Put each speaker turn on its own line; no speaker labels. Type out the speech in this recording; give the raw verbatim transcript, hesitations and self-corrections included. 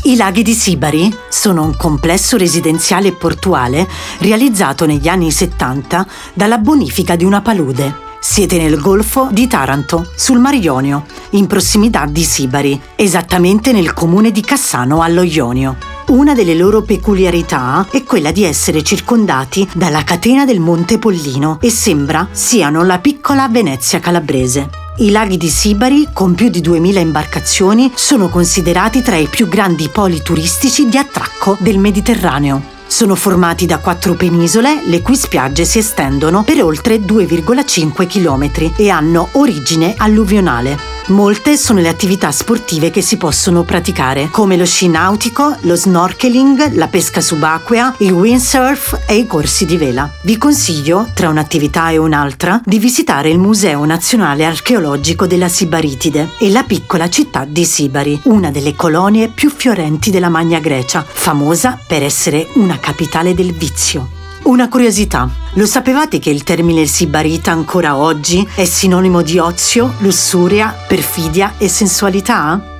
I laghi di Sibari sono un complesso residenziale e portuale realizzato negli anni settanta dalla bonifica di una palude. Siete nel Golfo di Taranto, sul Mar Ionio, in prossimità di Sibari, esattamente nel comune di Cassano allo Ionio. Una delle loro peculiarità è quella di essere circondati dalla catena del Monte Pollino e sembra siano la piccola Venezia calabrese. I laghi di Sibari, con più di duemila imbarcazioni, sono considerati tra i più grandi poli turistici di attracco del Mediterraneo. Sono formati da quattro penisole, le cui spiagge si estendono per oltre due virgola cinque chilometri e hanno origine alluvionale. Molte sono le attività sportive che si possono praticare, come lo sci nautico, lo snorkeling, la pesca subacquea, il windsurf e i corsi di vela. Vi consiglio, tra un'attività e un'altra, di visitare il Museo Nazionale Archeologico della Sibaritide e la piccola città di Sibari, una delle colonie più fiorenti della Magna Grecia, famosa per essere una capitale del vizio. Una curiosità, lo sapevate che il termine sibarita ancora oggi è sinonimo di ozio, lussuria, perfidia e sensualità?